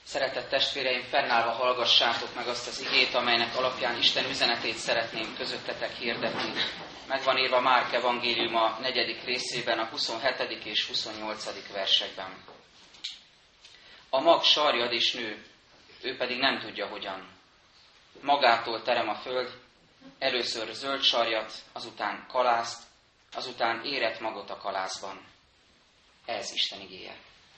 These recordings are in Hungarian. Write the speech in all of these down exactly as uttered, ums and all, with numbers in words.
Szeretett testvéreim, fennállva hallgassátok meg azt az igét, amelynek alapján Isten üzenetét szeretném közöttetek hirdetni. Meg van írva Márk evangéliuma negyedik részében, a huszonhetedik és huszonnyolcadik versekben. A mag sarjad és nő, ő pedig nem tudja hogyan. Magától terem a föld, először zöld sarjat, azután kalászt, azután érett magot a kalászban. Ez Isten igéje.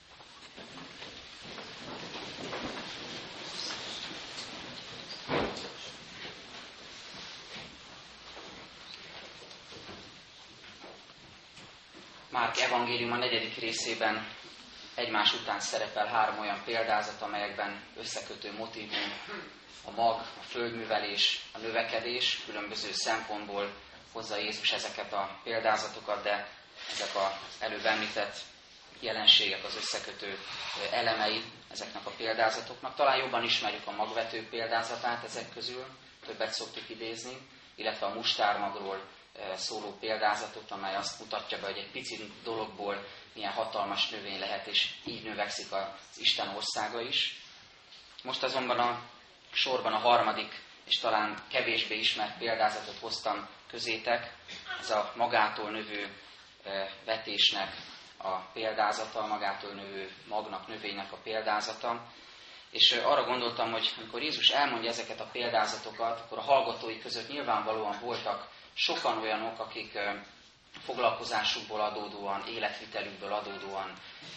Márk evangéliuma negyedik részében egymás után szerepel három olyan példázat, amelyekben összekötő motívum a mag, a földművelés, a növekedés. Különböző szempontból hozza Jézus ezeket a példázatokat, de ezek az előbb említett jelenségek az összekötő elemei ezeknek a példázatoknak. Talán jobban ismerjük a magvető példázatát ezek közül, többet szoktuk idézni, illetve a mustármagról szóló példázatot, amely azt mutatja be, hogy egy pici dologból milyen hatalmas növény lehet, és így növekszik az Isten országa is. Most azonban a sorban a harmadik, és talán kevésbé ismert példázatot hoztam közétek, ez a magától növő vetésnek a példázata, a magától növő magnak, növénynek a példázata. És arra gondoltam, hogy amikor Jézus elmondja ezeket a példázatokat, akkor a hallgatói között nyilvánvalóan voltak sokan olyanok, akik foglalkozásukból adódóan, életvitelükből adódóan,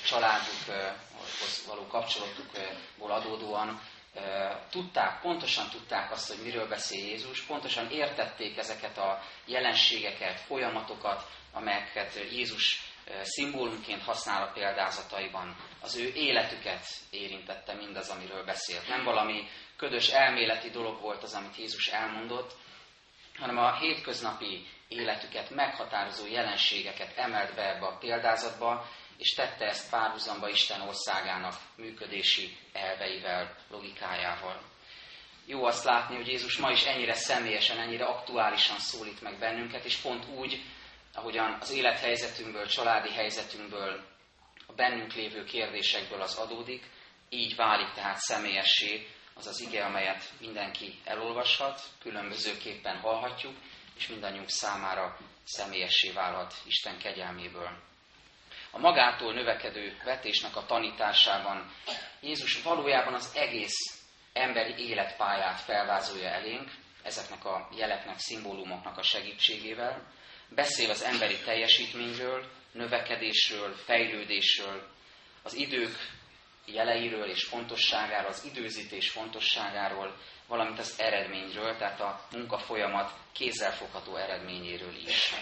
családukhoz való kapcsolatukból adódóan tudták, pontosan tudták azt, hogy miről beszél Jézus, pontosan értették ezeket a jelenségeket, folyamatokat, amelyeket Jézus szimbólumként használ a példázataiban. Az ő életüket érintette mindaz, amiről beszélt. Nem valami ködös elméleti dolog volt az, amit Jézus elmondott, hanem a hétköznapi életüket meghatározó jelenségeket emelt be ebbe a példázatba, és tette ezt párhuzamba Isten országának működési elveivel, logikájával. Jó azt látni, hogy Jézus ma is ennyire személyesen, ennyire aktuálisan szólít meg bennünket, és pont úgy, ahogyan az élethelyzetünkből, családi helyzetünkből, a bennünk lévő kérdésekből az adódik, így válik tehát személyessé az az ige, amelyet mindenki elolvashat, különbözőképpen hallhatjuk, és mindannyiunk számára személyessé válhat Isten kegyelméből. A magától növekedő vetésnek a tanításában Jézus valójában az egész emberi életpályát felvázolja elénk, ezeknek a jeleknek, szimbólumoknak a segítségével. Beszél az emberi teljesítményről, növekedésről, fejlődésről, az idők jeleiről és fontosságáról, az időzítés fontosságáról, valamint az eredményről, tehát a munkafolyamat kézzelfogható eredményéről is.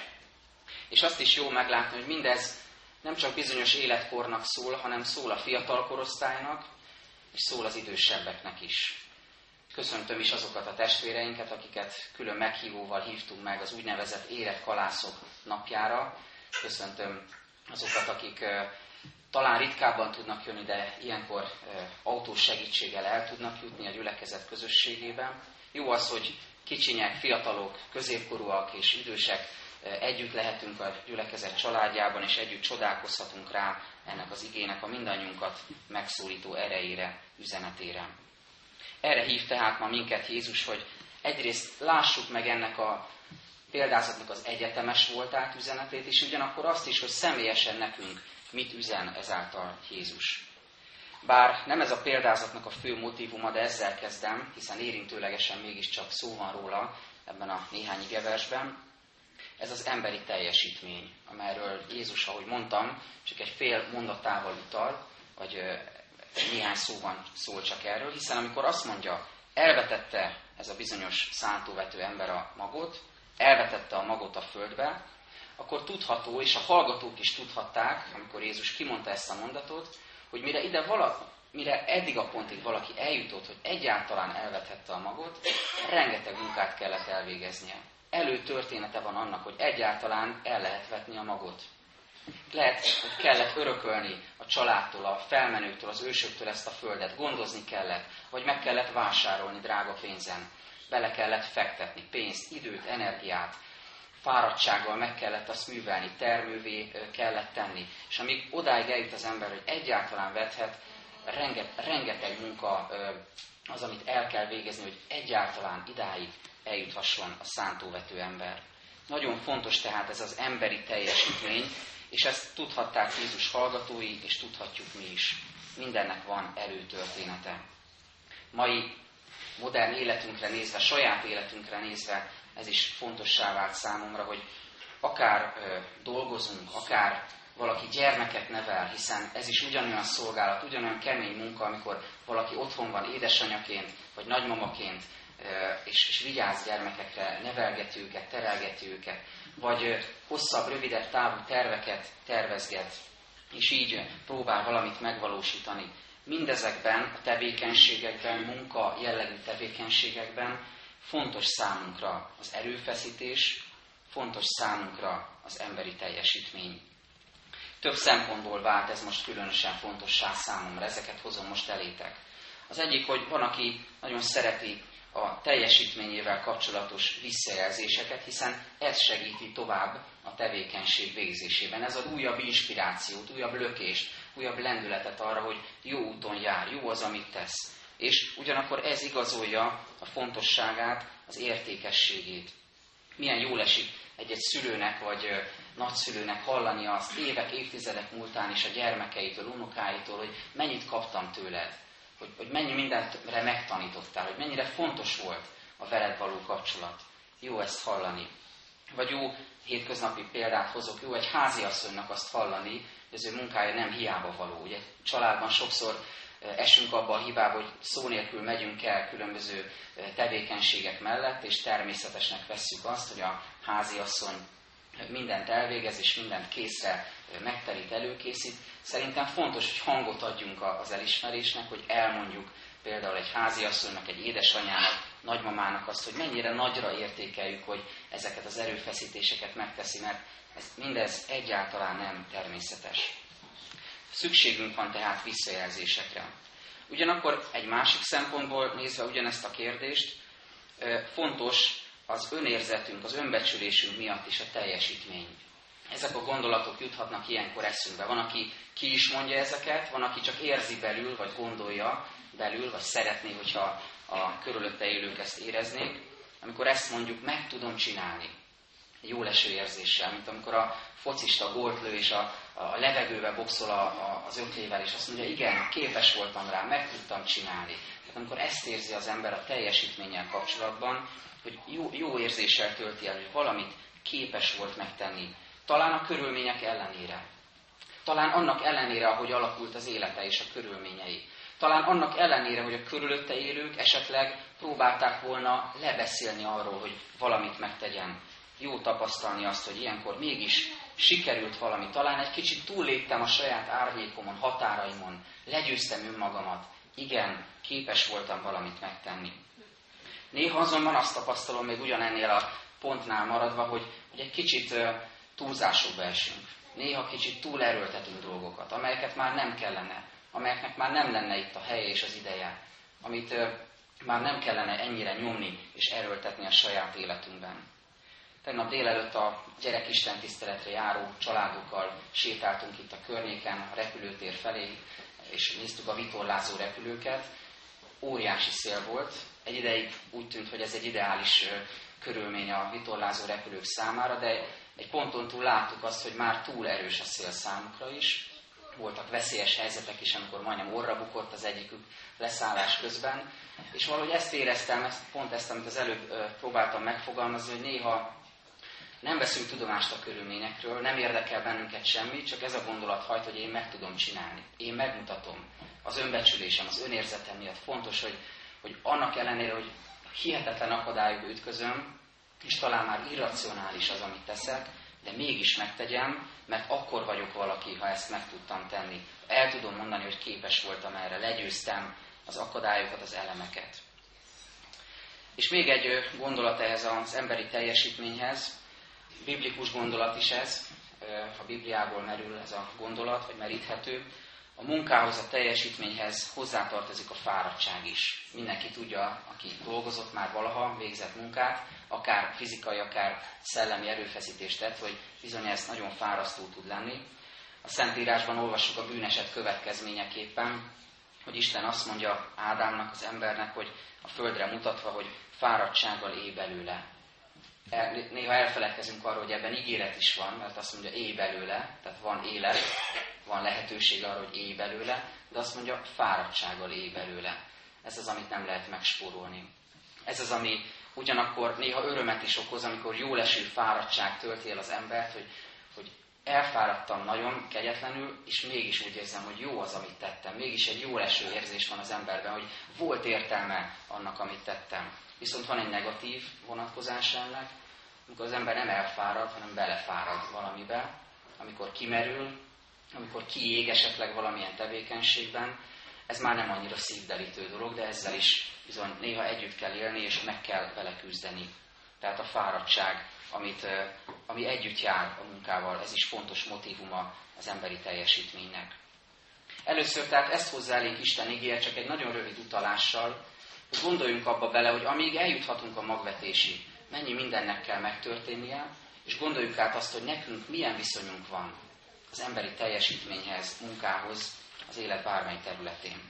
És azt is jó meglátni, hogy mindez nem csak bizonyos életkornak szól, hanem szól a fiatal korosztálynak, és szól az idősebbeknek is. Köszöntöm is azokat a testvéreinket, akiket külön meghívóval hívtunk meg az úgynevezett érett kalászok napjára. Köszöntöm azokat, akik talán ritkábban tudnak jönni, de ilyenkor autós segítséggel el tudnak jutni a gyülekezet közösségében. Jó az, hogy kicsinyek, fiatalok, középkorúak és idősek együtt lehetünk a gyülekezet családjában, és együtt csodálkozhatunk rá ennek az igének a mindannyiunkat megszólító erejére, üzenetére. Erre hív tehát ma minket Jézus, hogy egyrészt lássuk meg ennek a példázatnak az egyetemes voltát, üzenetét, és ugyanakkor azt is, hogy személyesen nekünk mit üzen ezáltal Jézus. Bár nem ez a példázatnak a fő motívuma, de ezzel kezdem, hiszen érintőlegesen mégiscsak szó van róla ebben a néhány igeversben. Ez az emberi teljesítmény, amelyről Jézus, ahogy mondtam, csak egy fél mondatával utal, vagy néhány szóban szól csak erről, hiszen amikor azt mondja, elvetette ez a bizonyos szántóvető ember a magot, elvetette a magot a földbe, akkor tudható, és a hallgatók is tudhatták, amikor Jézus kimondta ezt a mondatot, hogy mire, ide valaki, mire eddig a pontig valaki eljutott, hogy egyáltalán elvethette a magot, rengeteg munkát kellett elvégeznie. Előtörténete van annak, hogy egyáltalán el lehet vetni a magot. Lehet, hogy kellett örökölni a családtól, a felmenőktől, az ősöktől ezt a földet, gondozni kellett, vagy meg kellett vásárolni drága pénzen. Bele kellett fektetni pénzt, időt, energiát, fáradtsággal meg kellett azt művelni, termővé kellett tenni. És amíg odáig eljut az ember, hogy egyáltalán vethet, rengeteg, rengeteg munka az, amit el kell végezni, hogy egyáltalán idáig eljuthasson a szántóvető ember. Nagyon fontos tehát ez az emberi teljesítmény, és ezt tudhatták Jézus hallgatói, és tudhatjuk mi is. Mindennek van előtörténete. Mai modern életünkre nézve, saját életünkre nézve, ez is fontossá vált számomra, hogy akár ö, dolgozunk, akár valaki gyermeket nevel, hiszen ez is ugyanolyan szolgálat, ugyanolyan kemény munka, amikor valaki otthon van édesanyaként, vagy nagymamaként, és, és vigyáz gyermekekre, nevelgeti őket, terelgeti őket, vagy hosszabb, rövidebb távú terveket tervezget, és így próbál valamit megvalósítani. Mindezekben a tevékenységekben, munka jellegű tevékenységekben fontos számunkra az erőfeszítés, fontos számunkra az emberi teljesítmény. Több szempontból vált ez most különösen fontossá számomra, ezeket hozom most elétek. Az egyik, hogy van, aki nagyon szereti a teljesítményével kapcsolatos visszajelzéseket, hiszen ez segíti tovább a tevékenység végzésében. Ez ad újabb inspirációt, újabb lökést, újabb lendületet arra, hogy jó úton jár, jó az, amit tesz. És ugyanakkor ez igazolja a fontosságát, az értékességét. Milyen jól esik egy-egy szülőnek vagy nagyszülőnek hallani azt évek, évtizedek múltán is a gyermekeitől, unokáitól, hogy mennyit kaptam tőled. Hogy, hogy mennyi mindenre megtanítottál, hogy mennyire fontos volt a veled való kapcsolat. Jó ezt hallani. Vagy jó hétköznapi példát hozok, jó egy háziasszonynak azt hallani, hogy az ő munkája nem hiába való. Ugye családban sokszor esünk abba a hibába, hogy szó nélkül megyünk el különböző tevékenységek mellett, és természetesnek vesszük azt, hogy a háziasszony mindent elvégez, és mindent készre megterít, előkészít. Szerintem fontos, hogy hangot adjunk az elismerésnek, hogy elmondjuk például egy háziasszonynak, egy édesanyának, nagymamának azt, hogy mennyire nagyra értékeljük, hogy ezeket az erőfeszítéseket megteszi, mert ez, mindez egyáltalán nem természetes. Szükségünk van tehát visszajelzésekre. Ugyanakkor egy másik szempontból nézve ugyanezt a kérdést, fontos az önérzetünk, az önbecsülésünk miatt is a teljesítmény. Ezek a gondolatok juthatnak ilyenkor eszünkbe. Van, aki ki is mondja ezeket, van, aki csak érzi belül, vagy gondolja belül, vagy szeretné, hogyha a körülötte élők ezt éreznék. Amikor ezt mondjuk, meg tudom csinálni. Jó leső érzéssel, mint amikor a focista gólt lő, és a, a levegőbe boxol a, a, az öklével, és azt mondja, igen, képes voltam rá, meg tudtam csinálni. Tehát amikor ezt érzi az ember a teljesítménnyel kapcsolatban, hogy jó, jó érzéssel tölti el, hogy valamit képes volt megtenni. Talán a körülmények ellenére. Talán annak ellenére, ahogy alakult az élete és a körülményei. Talán annak ellenére, hogy a körülötte élők esetleg próbálták volna lebeszélni arról, hogy valamit megtegyen. Jó tapasztalni azt, hogy ilyenkor mégis sikerült valami. Talán egy kicsit túlléptem a saját árnyékomon, határaimon. Legyőztem önmagamat. Igen, képes voltam valamit megtenni. Néha azonban azt tapasztalom, még ugyanennél a pontnál maradva, hogy, hogy egy kicsit uh, túlzásokba esünk. Néha kicsit túlerőltetünk dolgokat, amelyeket már nem kellene, amelyeknek már nem lenne itt a helye és az ideje, amit uh, már nem kellene ennyire nyomni és erőltetni a saját életünkben. Tegnap délelőtt a gyerekisten tiszteletre járó családokkal sétáltunk itt a környéken, a repülőtér felé, és néztük a vitorlázó repülőket. Óriási szél volt. Egy ideig úgy tűnt, hogy ez egy ideális körülmény a vitorlázó repülők számára, de egy ponton túl láttuk azt, hogy már túl erős a szél számukra is. Voltak veszélyes helyzetek is, amikor majdnem orra bukott az egyikük leszállás közben. És valahogy ezt éreztem, ezt, pont ezt, amit az előbb próbáltam megfogalmazni, hogy néha nem veszünk tudomást a körülményekről, nem érdekel bennünket semmi, csak ez a gondolat hajt, hogy én meg tudom csinálni. Én megmutatom. Az önbecsülésem, az önérzetem miatt fontos, hogy, hogy annak ellenére, hogy hihetetlen akadályokba ütközöm, és talán már irracionális az, amit teszek, de mégis megtegyem, mert akkor vagyok valaki, ha ezt meg tudtam tenni. El tudom mondani, hogy képes voltam erre, legyőztem az akadályokat, az elemeket. És még egy gondolat ehhez az emberi teljesítményhez, biblikus gondolat is ez, a Bibliából merül ez a gondolat, vagy meríthető. A munkához, a teljesítményhez hozzátartozik a fáradtság is. Mindenki tudja, aki dolgozott már valaha, végzett munkát, akár fizikai, akár szellemi erőfeszítést tett, hogy bizony ez nagyon fárasztó tud lenni. A Szentírásban olvassuk a bűneset következményeképpen, hogy Isten azt mondja Ádámnak, az embernek, hogy a földre mutatva, hogy fáradtsággal élj belőle. El, néha elfeledkezünk arról, hogy ebben ígéret is van, mert azt mondja, élj belőle, tehát van élet, van lehetőség arra, hogy élj belőle, de azt mondja, fáradtsággal élj belőle. Ez az, amit nem lehet megspórolni. Ez az, ami ugyanakkor néha örömet is okoz, amikor jó leső fáradtság tölti el az embert, hogy, hogy elfáradtam nagyon kegyetlenül, és mégis úgy érzem, hogy jó az, amit tettem. Mégis egy jó leső érzés van az emberben, hogy volt értelme annak, amit tettem. Viszont van egy negatív vonatkozás ennek, amikor az ember nem elfárad, hanem belefárad valamibe, amikor kimerül, amikor kiég esetleg valamilyen tevékenységben. Ez már nem annyira szívdelítő dolog, de ezzel is bizony néha együtt kell élni, és meg kell vele küzdeni. Tehát a fáradtság, amit, ami együtt jár a munkával, ez is fontos motívuma az emberi teljesítménynek. Először tehát ezt hozzá elénk Isten igéje, csak egy nagyon rövid utalással, hogy gondoljunk abba bele, hogy amíg eljuthatunk a magvetésig, mennyi mindennek kell megtörténnie, és gondoljuk át azt, hogy nekünk milyen viszonyunk van az emberi teljesítményhez, munkához, az élet bármely területén.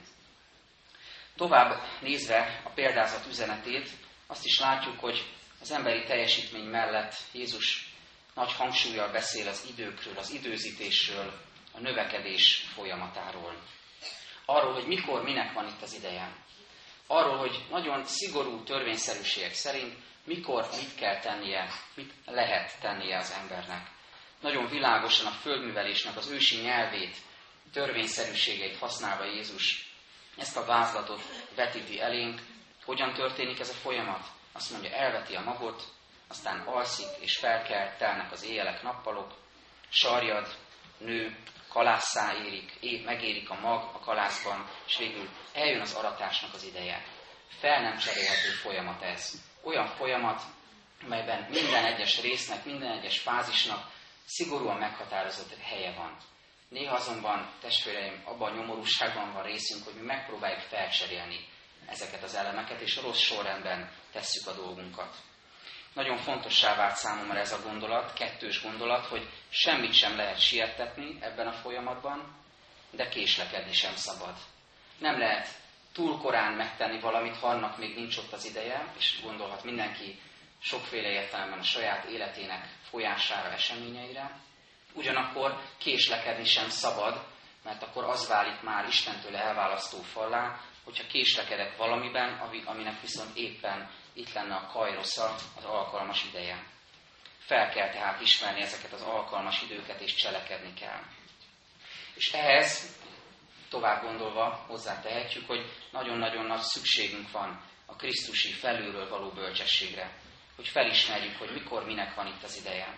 Tovább nézve a példázat üzenetét, azt is látjuk, hogy az emberi teljesítmény mellett Jézus nagy hangsúllyal beszél az időkről, az időzítésről, a növekedés folyamatáról. Arról, hogy mikor, minek van itt az ideje. Arról, hogy nagyon szigorú törvényszerűségek szerint mikor mit kell tennie, mit lehet tennie az embernek. Nagyon világosan a földművelésnek az ősi nyelvét, törvényszerűségeit használva Jézus ezt a vázlatot vetíti elénk. Hogyan történik ez a folyamat? Azt mondja, elveti a magot, aztán alszik és felkel, telnek az éjjelek, nappalok, sarjad, nő, kalásszá érik, megérik a mag a kalászban, és végül eljön az aratásnak az ideje. Fel nem cserélhető folyamat ez. Olyan folyamat, melyben minden egyes résznek, minden egyes fázisnak szigorúan meghatározott helye van. Néha azonban, testvéreim, abban a nyomorúságban van részünk, hogy mi megpróbáljuk felcserélni ezeket az elemeket, és rossz sorrendben tesszük a dolgunkat. Nagyon fontossá vált számomra ez a gondolat, kettős gondolat, hogy semmit sem lehet siettetni ebben a folyamatban, de késlekedni sem szabad. Nem lehet túl korán megtenni valamit, ha annak még nincs ott az ideje, és gondolhat mindenki sokféle értelemben a saját életének folyására, eseményeire. Ugyanakkor késlekedni sem szabad, mert akkor az válik már Istentől elválasztó fallá, hogyha késlekedek valamiben, aminek viszont éppen itt lenne a kajrosza, az alkalmas ideje. Fel kell tehát ismerni ezeket az alkalmas időket, és cselekedni kell. És ehhez, tovább gondolva hozzátehetjük, hogy nagyon-nagyon nagy szükségünk van a krisztusi felülről való bölcsességre, hogy felismerjük, hogy mikor, minek van itt az ideje.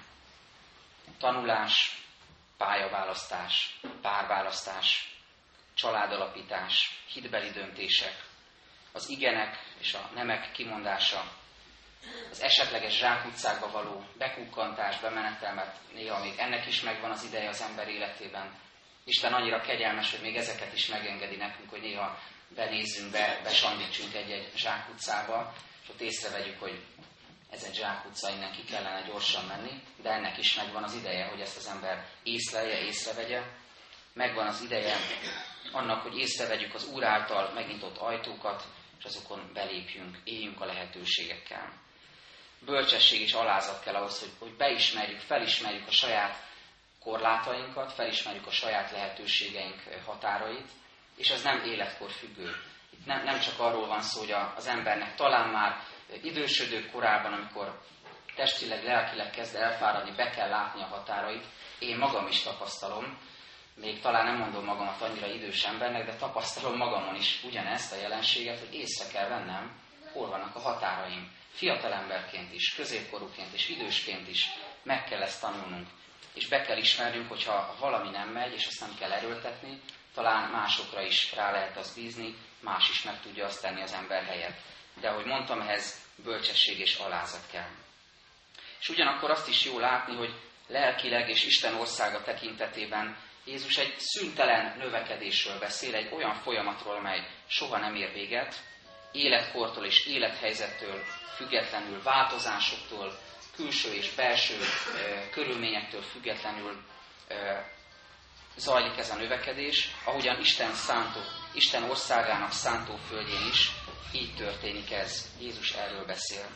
Tanulás, pályaválasztás, párválasztás, családalapítás, hitbeli döntések, az igenek és a nemek kimondása, az esetleges zsákutcákba való bekukkantás, bemenetel, mert néha még ennek is megvan az ideje az ember életében. Isten annyira kegyelmes, hogy még ezeket is megengedi nekünk, hogy néha benézzünk be, besandítsunk egy-egy zsákutcába, és ott észrevegyük, hogy ez egy zsákutca, innen ki kellene gyorsan menni, de ennek is megvan az ideje, hogy ezt az ember észlelje, észrevegye. Megvan az ideje annak, hogy észrevegyük az Úr által megnyitott ajtókat, és azokon belépjünk, éljünk a lehetőségekkel. Bölcsesség és alázat kell ahhoz, hogy, hogy beismerjük, felismerjük a saját korlátainkat, felismerjük a saját lehetőségeink határait, és ez nem életkor függő. Itt nem, nem csak arról van szó, hogy az embernek talán már idősödő korában, amikor testileg, lelkileg kezd elfáradni, be kell látni a határait. Én magam is tapasztalom, még talán nem mondom magamat annyira idős embernek, de tapasztalom magamon is ugyanezt a jelenséget, hogy észre kell vennem, hol vannak a határaim. Fiatalemberként is, középkorúként és idősként is meg kell ezt tanulnunk. És be kell ismernünk, hogyha valami nem megy, és azt nem kell erőltetni, talán másokra is rá lehet azt bízni, más is meg tudja azt tenni az ember helyett. De ahogy mondtam, ehhez bölcsesség és alázat kell. És ugyanakkor azt is jó látni, hogy lelkileg és Isten országa tekintetében Jézus egy szüntelen növekedésről beszél, egy olyan folyamatról, mely soha nem ér véget, életkortól és élethelyzettől függetlenül, változásoktól, külső és belső e, körülményektől függetlenül e, zajlik ez a növekedés, ahogyan Isten szánta Isten országának szántóföldjén is így történik ez. Jézus erről beszél.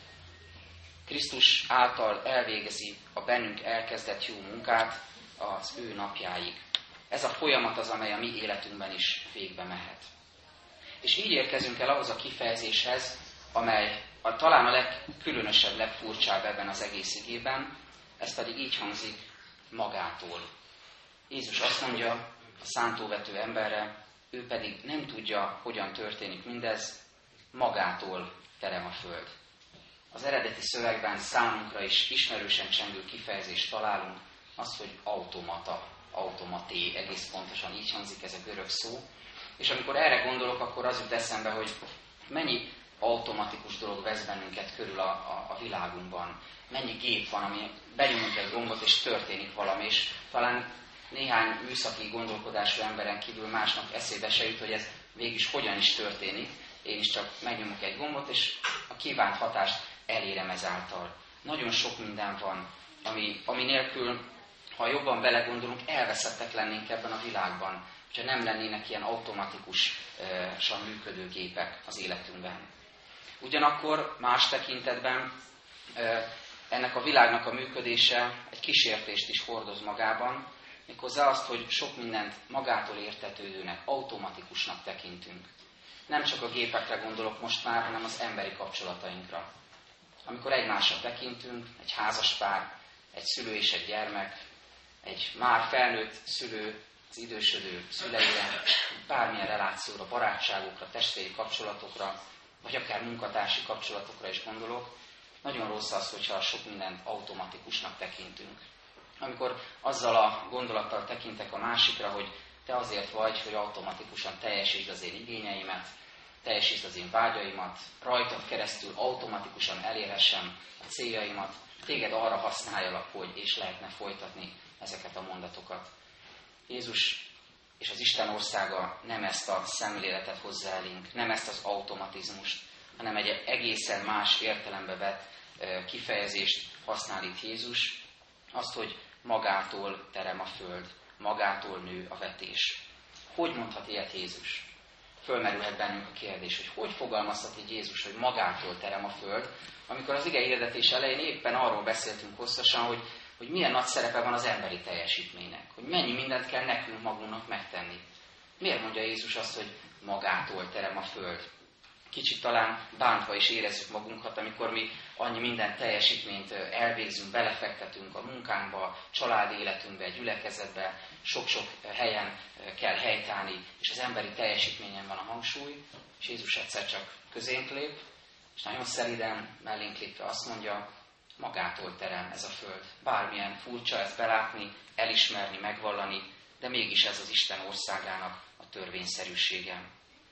Krisztus által elvégezi a bennünk elkezdett jó munkát az ő napjáig. Ez a folyamat az, amely a mi életünkben is végbe mehet. És így érkezünk el ahhoz a kifejezéshez, amely a, talán a legkülönösebb, legfurcsább ebben az egész igében, ez pedig így hangzik, magától. Jézus azt mondja a szántóvető emberre, ő pedig nem tudja, hogyan történik mindez, magától terem a föld. Az eredeti szövegben számunkra is ismerősen csengő kifejezést találunk, az, hogy automata, automaté, egész pontosan így hangzik ez a görög szó. És amikor erre gondolok, akkor az jut eszembe, hogy mennyi automatikus dolog vesz bennünket körül a, a, a világunkban. Mennyi gép van, ami benyomunk egy gombot, és történik valami, és talán néhány műszaki gondolkodású emberen kívül másnak eszébe se jut, hogy ez végig hogyan is történik. Én is csak megnyomok egy gombot, és a kívánt hatást elérem ezáltal. Nagyon sok minden van, ami, ami nélkül, ha jobban belegondolunk, elveszettek lennénk ebben a világban, hogyha nem lennének ilyen automatikusan működő gépek az életünkben. Ugyanakkor más tekintetben ennek a világnak a működése egy kísértést is hordoz magában, méghozzá azt, hogy sok mindent magától értetődőnek, automatikusnak tekintünk. Nem csak a gépekre gondolok most már, hanem az emberi kapcsolatainkra. Amikor egymásra tekintünk, egy házaspár, egy szülő és egy gyermek, egy már felnőtt szülő, az idősödő szüleire, bármilyen relációra, barátságokra, testvéri kapcsolatokra, vagy akár munkatársi kapcsolatokra is gondolok, nagyon rossz az, hogyha sok mindent automatikusnak tekintünk. Amikor azzal a gondolattal tekintek a másikra, hogy te azért vagy, hogy automatikusan teljesítsd az én igényeimet, teljesítsd az én vágyaimat, rajtad keresztül automatikusan elérhessem a céljaimat, téged arra használjalak, hogy és lehetne folytatni ezeket a mondatokat. Jézus és az Isten országa nem ezt a szemléletet hozza elénk, nem ezt az automatizmust, hanem egy egészen más értelembe vett kifejezést használ itt Jézus, azt, hogy magától terem a föld, magától nő a vetés. Hogy mondhat ilyet Jézus? Fölmerülhet bennünk a kérdés, hogy hogy fogalmazhat így Jézus, hogy magától terem a föld, amikor az ige hirdetés elején éppen arról beszéltünk hosszasan, hogy, hogy milyen nagy szerepe van az emberi teljesítménynek, hogy mennyi mindent kell nekünk magunknak megtenni. Miért mondja Jézus azt, hogy magától terem a föld? Kicsit talán bántva is érezzük magunkat, amikor mi annyi minden teljesítményt elvégzünk, belefektetünk a munkánkba, családi életünkbe, gyülekezetbe, sok-sok helyen kell helytállni, és az emberi teljesítményen van a hangsúly, és Jézus egyszer csak közénk lép, és nagyon szeliden mellénk lépve azt mondja, magától terem ez a föld. Bármilyen furcsa ezt belátni, elismerni, megvallani, de mégis ez az Isten országának a törvényszerűsége.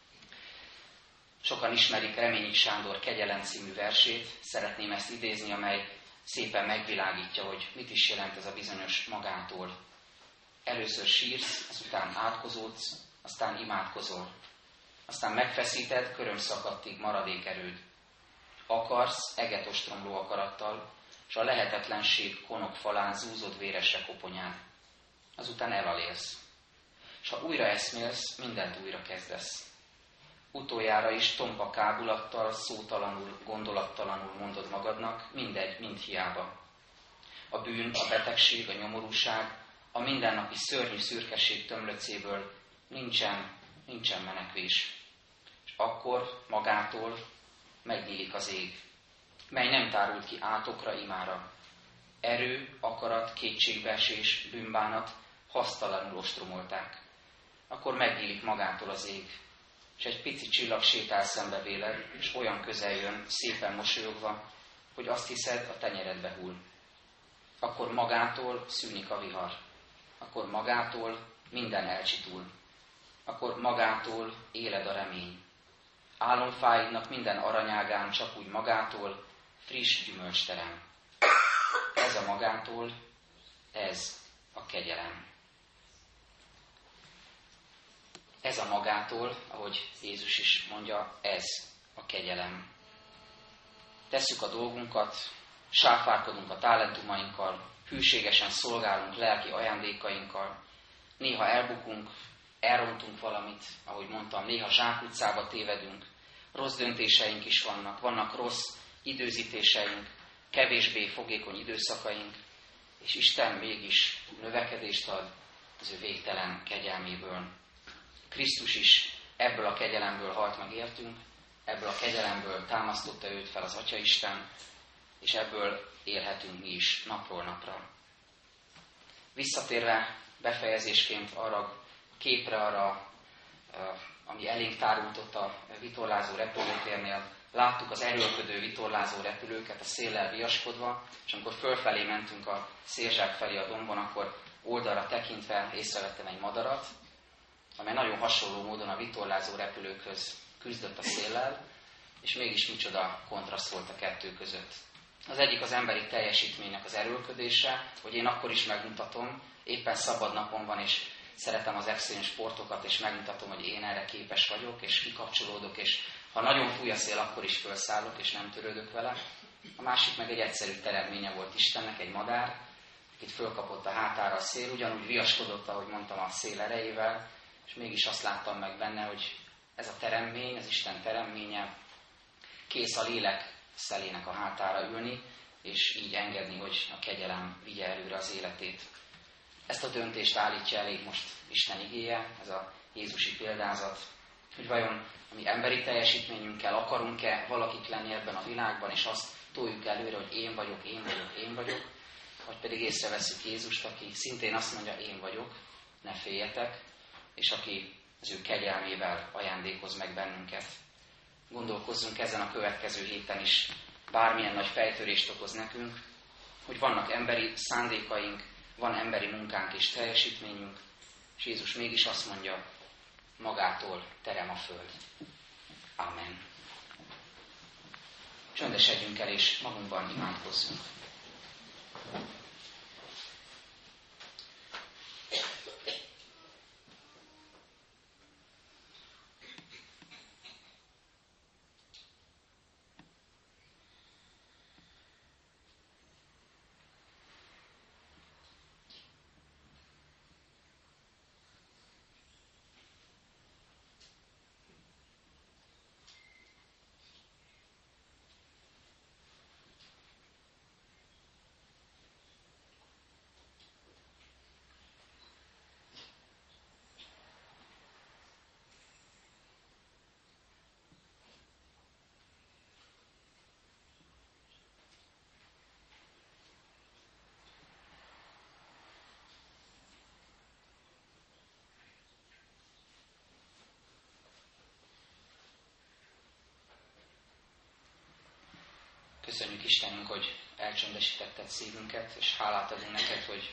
Sokan ismerik Reményik Sándor Kegyelem című versét, szeretném ezt idézni, amely szépen megvilágítja, hogy mit is jelent ez a bizonyos magától. Először sírsz, azután átkozódsz, aztán imádkozol. Aztán megfeszíted, körömszakadtig maradék erőd. Akarsz eget ostromló akarattal, s a lehetetlenség konok falán zúzott véresre koponyán. Azután elalélsz. S ha újra eszmélsz, mindent újra kezdesz. Utoljára is tompa kábulattal, szótalanul, gondolattalanul mondod magadnak, mindegy, mind hiába. A bűn, a betegség, a nyomorúság, a mindennapi szörnyű szürkeség tömlöcéből nincsen, nincsen menekvés. És akkor magától megnyílik az ég, mely nem tárult ki átokra, imára. Erő, akarat, kétségbeesés, bűnbánat hasztalanul ostromolták. Akkor megnyílik magától az ég, és egy pici csillag sétál szembe véled, és olyan közel jön, szépen mosolyogva, hogy azt hiszed, a tenyeredbe hull. Akkor magától szűnik a vihar. Akkor magától minden elcsitul. Akkor magától éled a remény. Álomfáidnak minden aranyágán csak úgy magától friss gyümölcs terem. Ez a magától, ez a kegyelem. Ez a magától, ahogy Jézus is mondja, ez a kegyelem. Tesszük a dolgunkat, sáfárkodunk a talentumainkkal, hűségesen szolgálunk lelki ajándékainkkal, néha elbukunk, elrontunk valamit, ahogy mondtam, néha zsákutcába tévedünk, rossz döntéseink is vannak, vannak rossz időzítéseink, kevésbé fogékony időszakaink, és Isten mégis növekedést ad az ő végtelen kegyelméből. Krisztus is ebből a kegyelemből halt meg értünk, ebből a kegyelemből támasztotta őt fel az Atyaisten, és ebből élhetünk mi is napról napra. Visszatérve befejezésként arra a képre, arra, ami elénk tárult ott a vitorlázó repülőtérnél, láttuk az erőlködő vitorlázó repülőket a széllel viaskodva, és amikor fölfelé mentünk a szélzsák felé a dombon, akkor oldalra tekintve észrevettem egy madarat, amely nagyon hasonló módon a vitorlázó repülőkhöz küzdött a széllel, és mégis micsoda kontraszt volt a kettő között. Az egyik az emberi teljesítménynek az erőlködése, hogy én akkor is megmutatom, éppen szabad napon van, és szeretem az extrém sportokat, és megmutatom, hogy én erre képes vagyok, és kikapcsolódok, és ha nagyon fúj a szél, akkor is felszállok, és nem törődök vele. A másik meg egy egyszerű teremtménye volt Istennek, egy madár, akit fölkapott a hátára a szél, ugyanúgy viaskodott, ahogy mondtam, a szél erejével, és mégis azt láttam meg benne, hogy ez a teremmény, az Isten teremménye, kész a lélek szelének a hátára ülni, és így engedni, hogy a kegyelem vigye előre az életét. Ezt a döntést állítja elég most Isten igéje, ez a jézusi példázat, hogy vajon a mi emberi teljesítményünkkel akarunk-e valakik lenni ebben a világban, és azt toljuk előre, hogy én vagyok, én vagyok, én vagyok, vagy pedig észreveszünk Jézust, aki szintén azt mondja, én vagyok, ne féljetek, és aki az ő kegyelmével ajándékoz meg bennünket. Gondolkozzunk ezen a következő héten is, bármilyen nagy fejtörést okoz nekünk, hogy vannak emberi szándékaink, van emberi munkánk és teljesítményünk, és Jézus mégis azt mondja, magától terem a föld. Amen. Csöndesedjünk el, és magunkban imádkozzunk. Köszönjük Istenünk, hogy elcsöndesítetted szívünket, és hálát adunk neked, hogy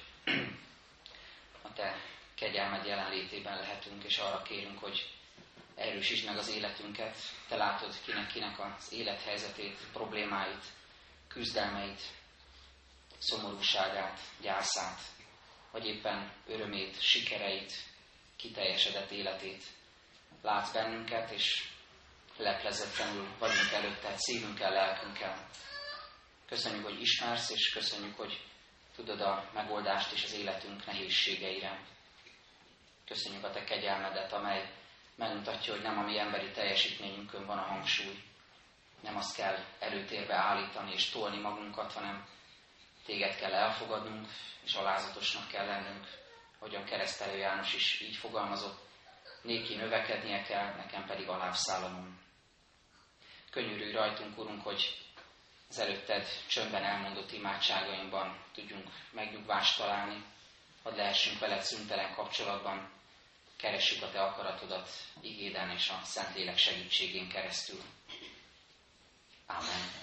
a te kegyelmed jelenlétében lehetünk, és arra kérünk, hogy erősítsd meg az életünket. Te látod kinek-kinek az élethelyzetét, problémáit, küzdelmeit, szomorúságát, gyászát, vagy éppen örömét, sikereit, kiteljesedett életét. Látsz bennünket, és leplezetlenül vagyunk előtted, szívünkkel, lelkünkkel. Köszönjük, hogy ismersz, és köszönjük, hogy tudod a megoldást is az életünk nehézségeire. Köszönjük a te kegyelmedet, amely megmutatja, hogy nem a mi emberi teljesítményünkön van a hangsúly. Nem azt kell előtérbe állítani és tolni magunkat, hanem téged kell elfogadnunk, és alázatosnak kell lennünk, ahogyan Keresztelő János is így fogalmazott, néki növekednie kell, nekem pedig alább szállanom. Könyörülj rajtunk, Urunk, hogy az előtted csöndben elmondott imádságainkban tudjunk megnyugvást találni, hadd lehessünk veled szüntelen kapcsolatban, keressük a te akaratodat igéden és a Szentlélek segítségén keresztül. Ámen.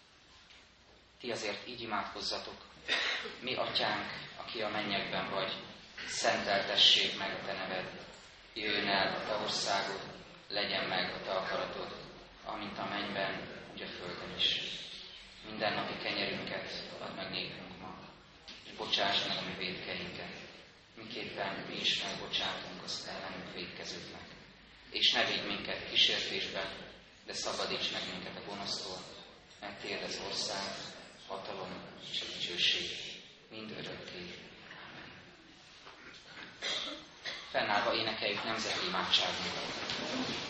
Ti azért így imádkozzatok, mi atyánk, aki a mennyekben vagy, szenteltessék meg a te neved, jöjjön el a te országod, legyen meg a te akaratod, amint a mennyben, úgy a földön is. Minden napi kenyerünket add meg nékünk ma, és bocsáss meg a mi vétkeinket, miképpen mi is megbocsátunk az ellenünk vétkezőknek. És ne védj minket kísértésbe, de szabadíts meg minket a gonosztól, mert tiéd az ország, hatalom és a dicsőség mind örökké. Amen. fennállva énekeljük nemzeti imádságunkat.